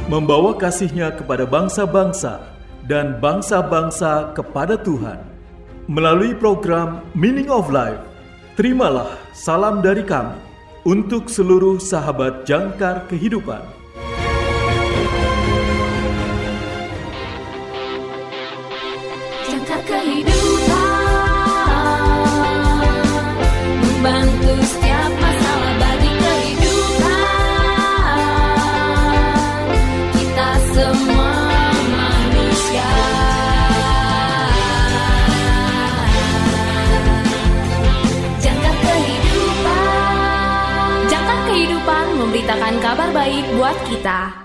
membawa kasih-Nya kepada bangsa-bangsa dan bangsa-bangsa kepada Tuhan. Melalui program Meaning of Life, terimalah salam dari kami untuk seluruh sahabat jangkar kehidupan. Jangkar kehidupan, membantu setiap masalah bagi kehidupan kita semua manusia. Jangkar kehidupan memberitakan kabar baik buat kita.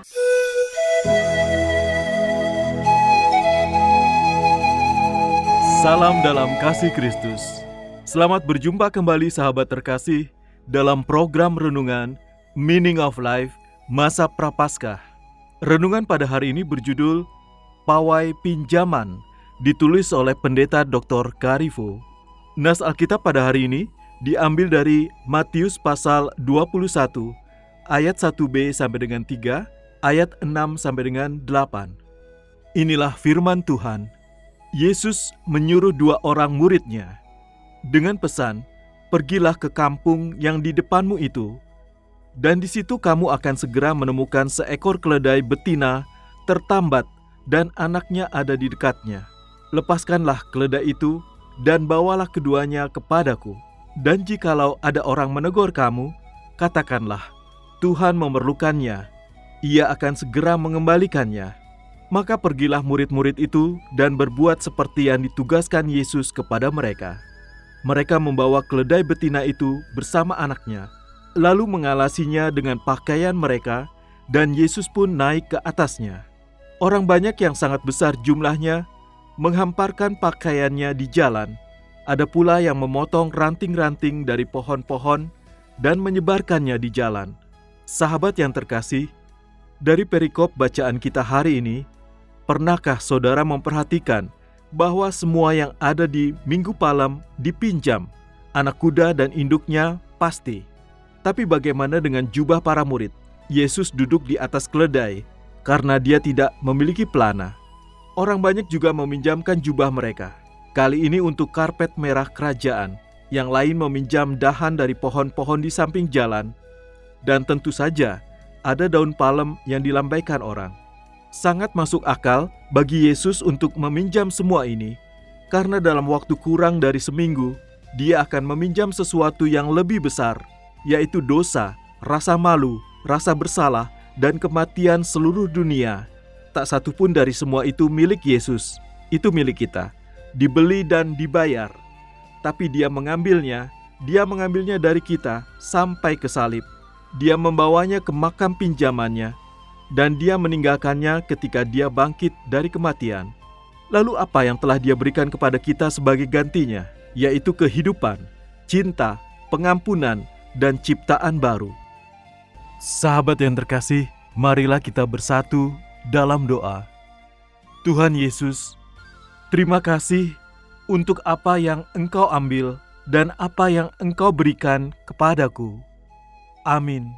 Salam dalam kasih Kristus. Selamat berjumpa kembali sahabat terkasih dalam program renungan Meaning of Life Masa Prapaskah. Renungan pada hari ini berjudul Pawai Pinjaman, ditulis oleh Pendeta Dr. Karifo. Nas Alkitab pada hari ini diambil dari Matius pasal 21 ayat 1b sampai dengan 3, ayat 6 sampai dengan 8. Inilah firman Tuhan. Yesus menyuruh 2 orang murid-Nya dengan pesan, "Pergilah ke kampung yang di depanmu itu, dan di situ kamu akan segera menemukan seekor keledai betina tertambat dan anaknya ada di dekatnya. Lepaskanlah keledai itu dan bawalah keduanya kepadaku. Dan jikalau ada orang menegur kamu, katakanlah, Tuhan memerlukannya, Ia akan segera mengembalikannya." Maka pergilah murid-murid itu dan berbuat seperti yang ditugaskan Yesus kepada mereka. Mereka membawa keledai betina itu bersama anaknya, lalu mengalasinya dengan pakaian mereka, dan Yesus pun naik ke atasnya. Orang banyak yang sangat besar jumlahnya menghamparkan pakaiannya di jalan. Ada pula yang memotong ranting-ranting dari pohon-pohon dan menyebarkannya di jalan. Sahabat yang terkasih, dari perikop bacaan kita hari ini, pernahkah saudara memperhatikan bahwa semua yang ada di Minggu Palem dipinjam? Anak kuda dan induknya pasti. Tapi bagaimana dengan jubah para murid? Yesus duduk di atas keledai karena dia tidak memiliki pelana. Orang banyak juga meminjamkan jubah mereka. Kali ini untuk karpet merah kerajaan, yang lain meminjam dahan dari pohon-pohon di samping jalan, dan tentu saja ada daun palem yang dilambaikan orang. Sangat masuk akal bagi Yesus untuk meminjam semua ini, karena dalam waktu kurang dari seminggu, Dia akan meminjam sesuatu yang lebih besar, yaitu dosa, rasa malu, rasa bersalah, dan kematian seluruh dunia. Tak satu pun dari semua itu milik Yesus, itu milik kita, dibeli dan dibayar. Tapi Dia mengambilnya dari kita sampai ke salib. Dia membawanya ke makam pinjamannya, dan Dia meninggalkannya ketika Dia bangkit dari kematian. Lalu apa yang telah Dia berikan kepada kita sebagai gantinya? Yaitu kehidupan, cinta, pengampunan, dan ciptaan baru. Sahabat yang terkasih, marilah kita bersatu dalam doa. Tuhan Yesus, terima kasih untuk apa yang Engkau ambil dan apa yang Engkau berikan kepadaku. Amin.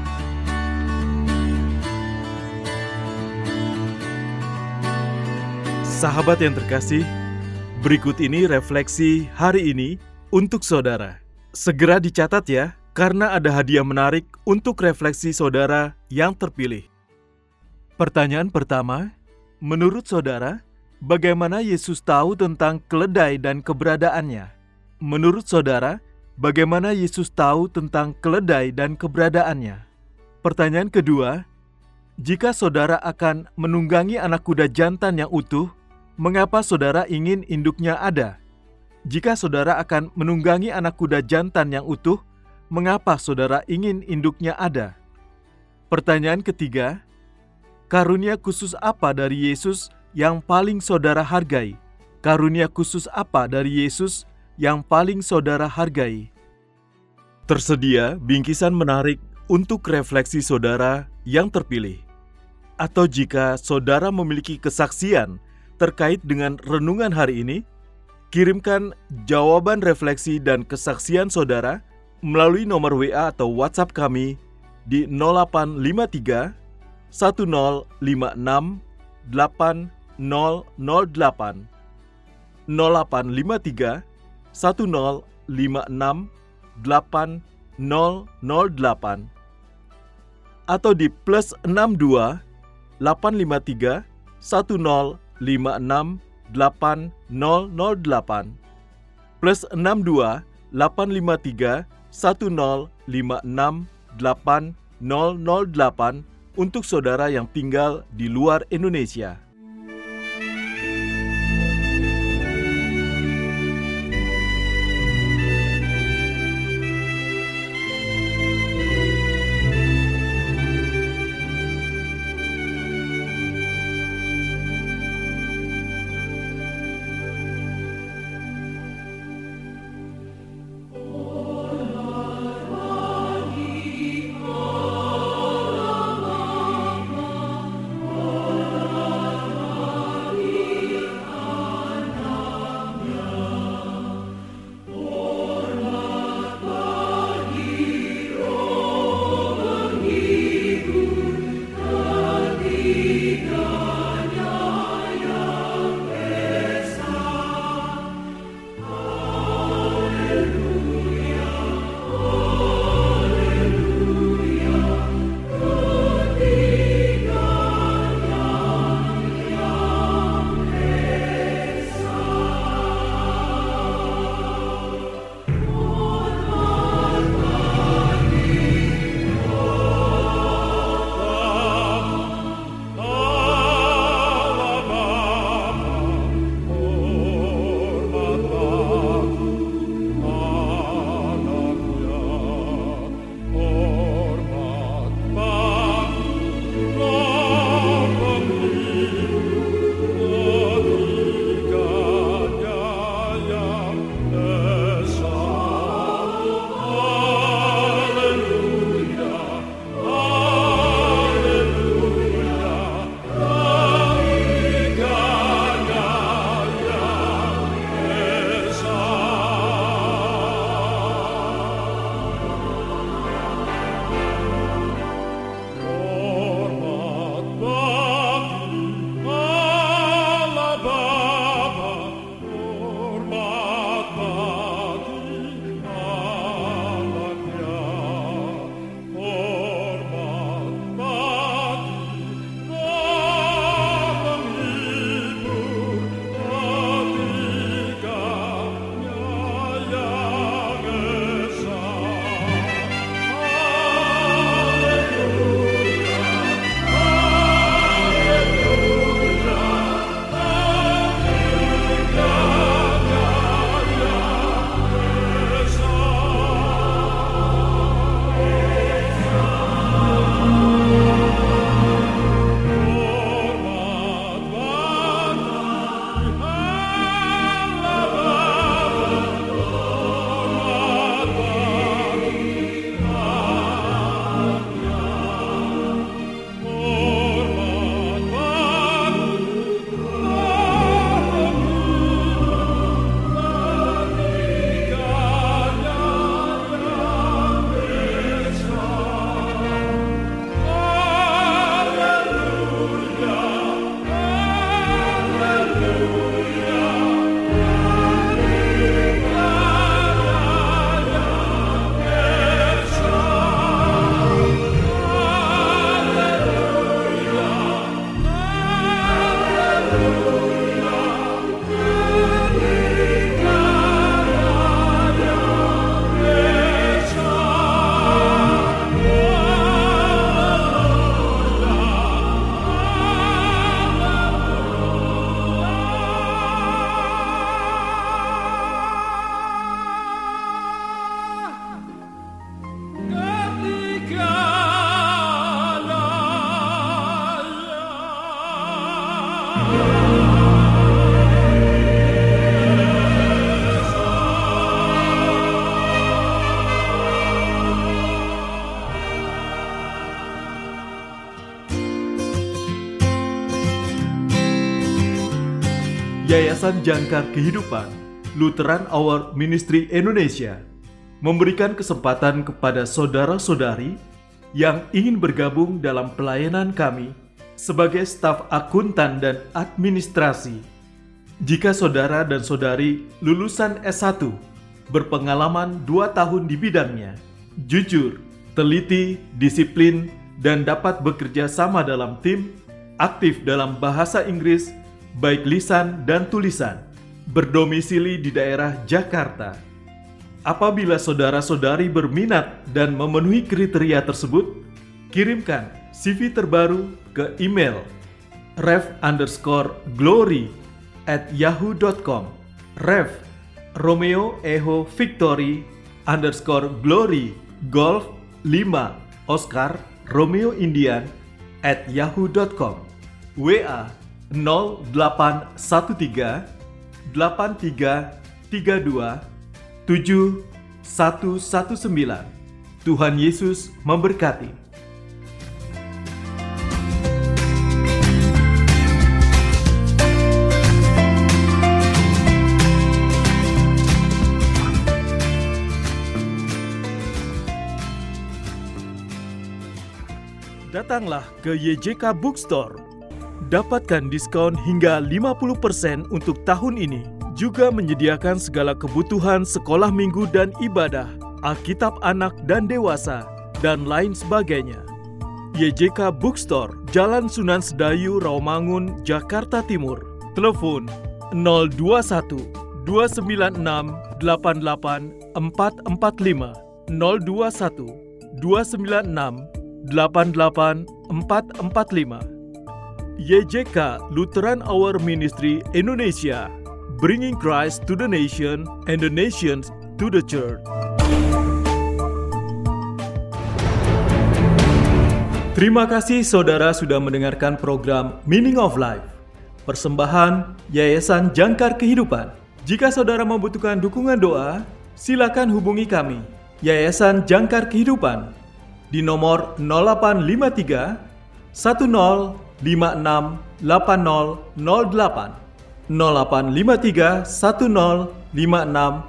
Sahabat yang terkasih, berikut ini refleksi hari ini untuk saudara. Segera dicatat ya, karena ada hadiah menarik untuk refleksi saudara yang terpilih. Pertanyaan pertama, menurut saudara, bagaimana Yesus tahu tentang keledai dan keberadaannya? Menurut saudara, bagaimana Yesus tahu tentang keledai dan keberadaannya? Pertanyaan kedua, jika saudara akan menunggangi anak kuda jantan yang utuh, mengapa saudara ingin induknya ada? Jika saudara akan menunggangi anak kuda jantan yang utuh, mengapa saudara ingin induknya ada? Pertanyaan ketiga, karunia khusus apa dari Yesus yang paling saudara hargai? Karunia khusus apa dari Yesus yang paling saudara hargai? Tersedia bingkisan menarik untuk refleksi saudara yang terpilih. Atau jika saudara memiliki kesaksian terkait dengan renungan hari ini, kirimkan jawaban refleksi dan kesaksian saudara melalui nomor WA atau WhatsApp kami di 0853 1056 8008 0853 1056 8008 atau di +62 853 1056 8008 +62 853 1056 8008 untuk saudara yang tinggal di luar Indonesia. Yayasan Jangkar Kehidupan Lutheran Hour Ministry Indonesia memberikan kesempatan kepada saudara-saudari yang ingin bergabung dalam pelayanan kami sebagai staf akuntan dan administrasi. Jika saudara dan saudari lulusan S1, berpengalaman 2 tahun di bidangnya, jujur, teliti, disiplin, dan dapat bekerja sama dalam tim, aktif dalam bahasa Inggris, baik lisan dan tulisan, berdomisili di daerah Jakarta. Apabila saudara-saudari berminat dan memenuhi kriteria tersebut, kirimkan CV terbaru ke email rev_glory@yahoo.com. Rev Romeo Echo Victory _glory Golf 5 Oscar Romeo Indian @yahoo.com. WA 0813 8332 7119. Tuhan Yesus memberkati. Datanglah ke YJK Bookstore. Dapatkan diskon hingga 50% untuk tahun ini. Juga menyediakan segala kebutuhan sekolah minggu dan ibadah, Alkitab anak dan dewasa, dan lain sebagainya. YJK Bookstore, Jalan Sunan Sedayu, Rawamangun, Jakarta Timur. Telepon 021 296 88 445 021 296 88445. YJK Lutheran Hour Ministry Indonesia, bringing Christ to the nation and the nations to the church. Terima kasih saudara sudah mendengarkan program Meaning of Life, persembahan Yayasan Jangkar Kehidupan. Jika saudara membutuhkan dukungan doa, silakan hubungi kami, Yayasan Jangkar Kehidupan, di nomor 0853 1056 8008 0853 1056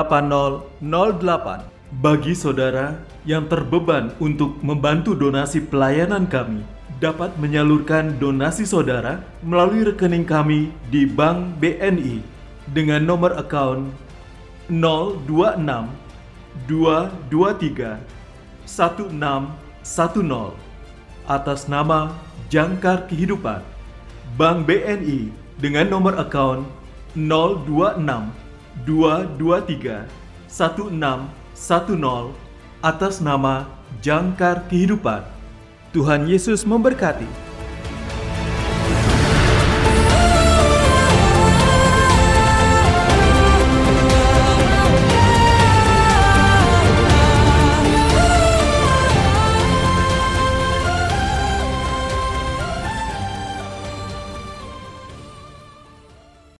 8008. Bagi saudara yang terbeban untuk membantu donasi pelayanan kami, dapat menyalurkan donasi saudara melalui rekening kami di Bank BNI dengan nomor account 026 223 1610 atas nama Jangkar Kehidupan. Bank BNI dengan nomor account 026 223 1610 atas nama Jangkar Kehidupan. Tuhan Yesus memberkati.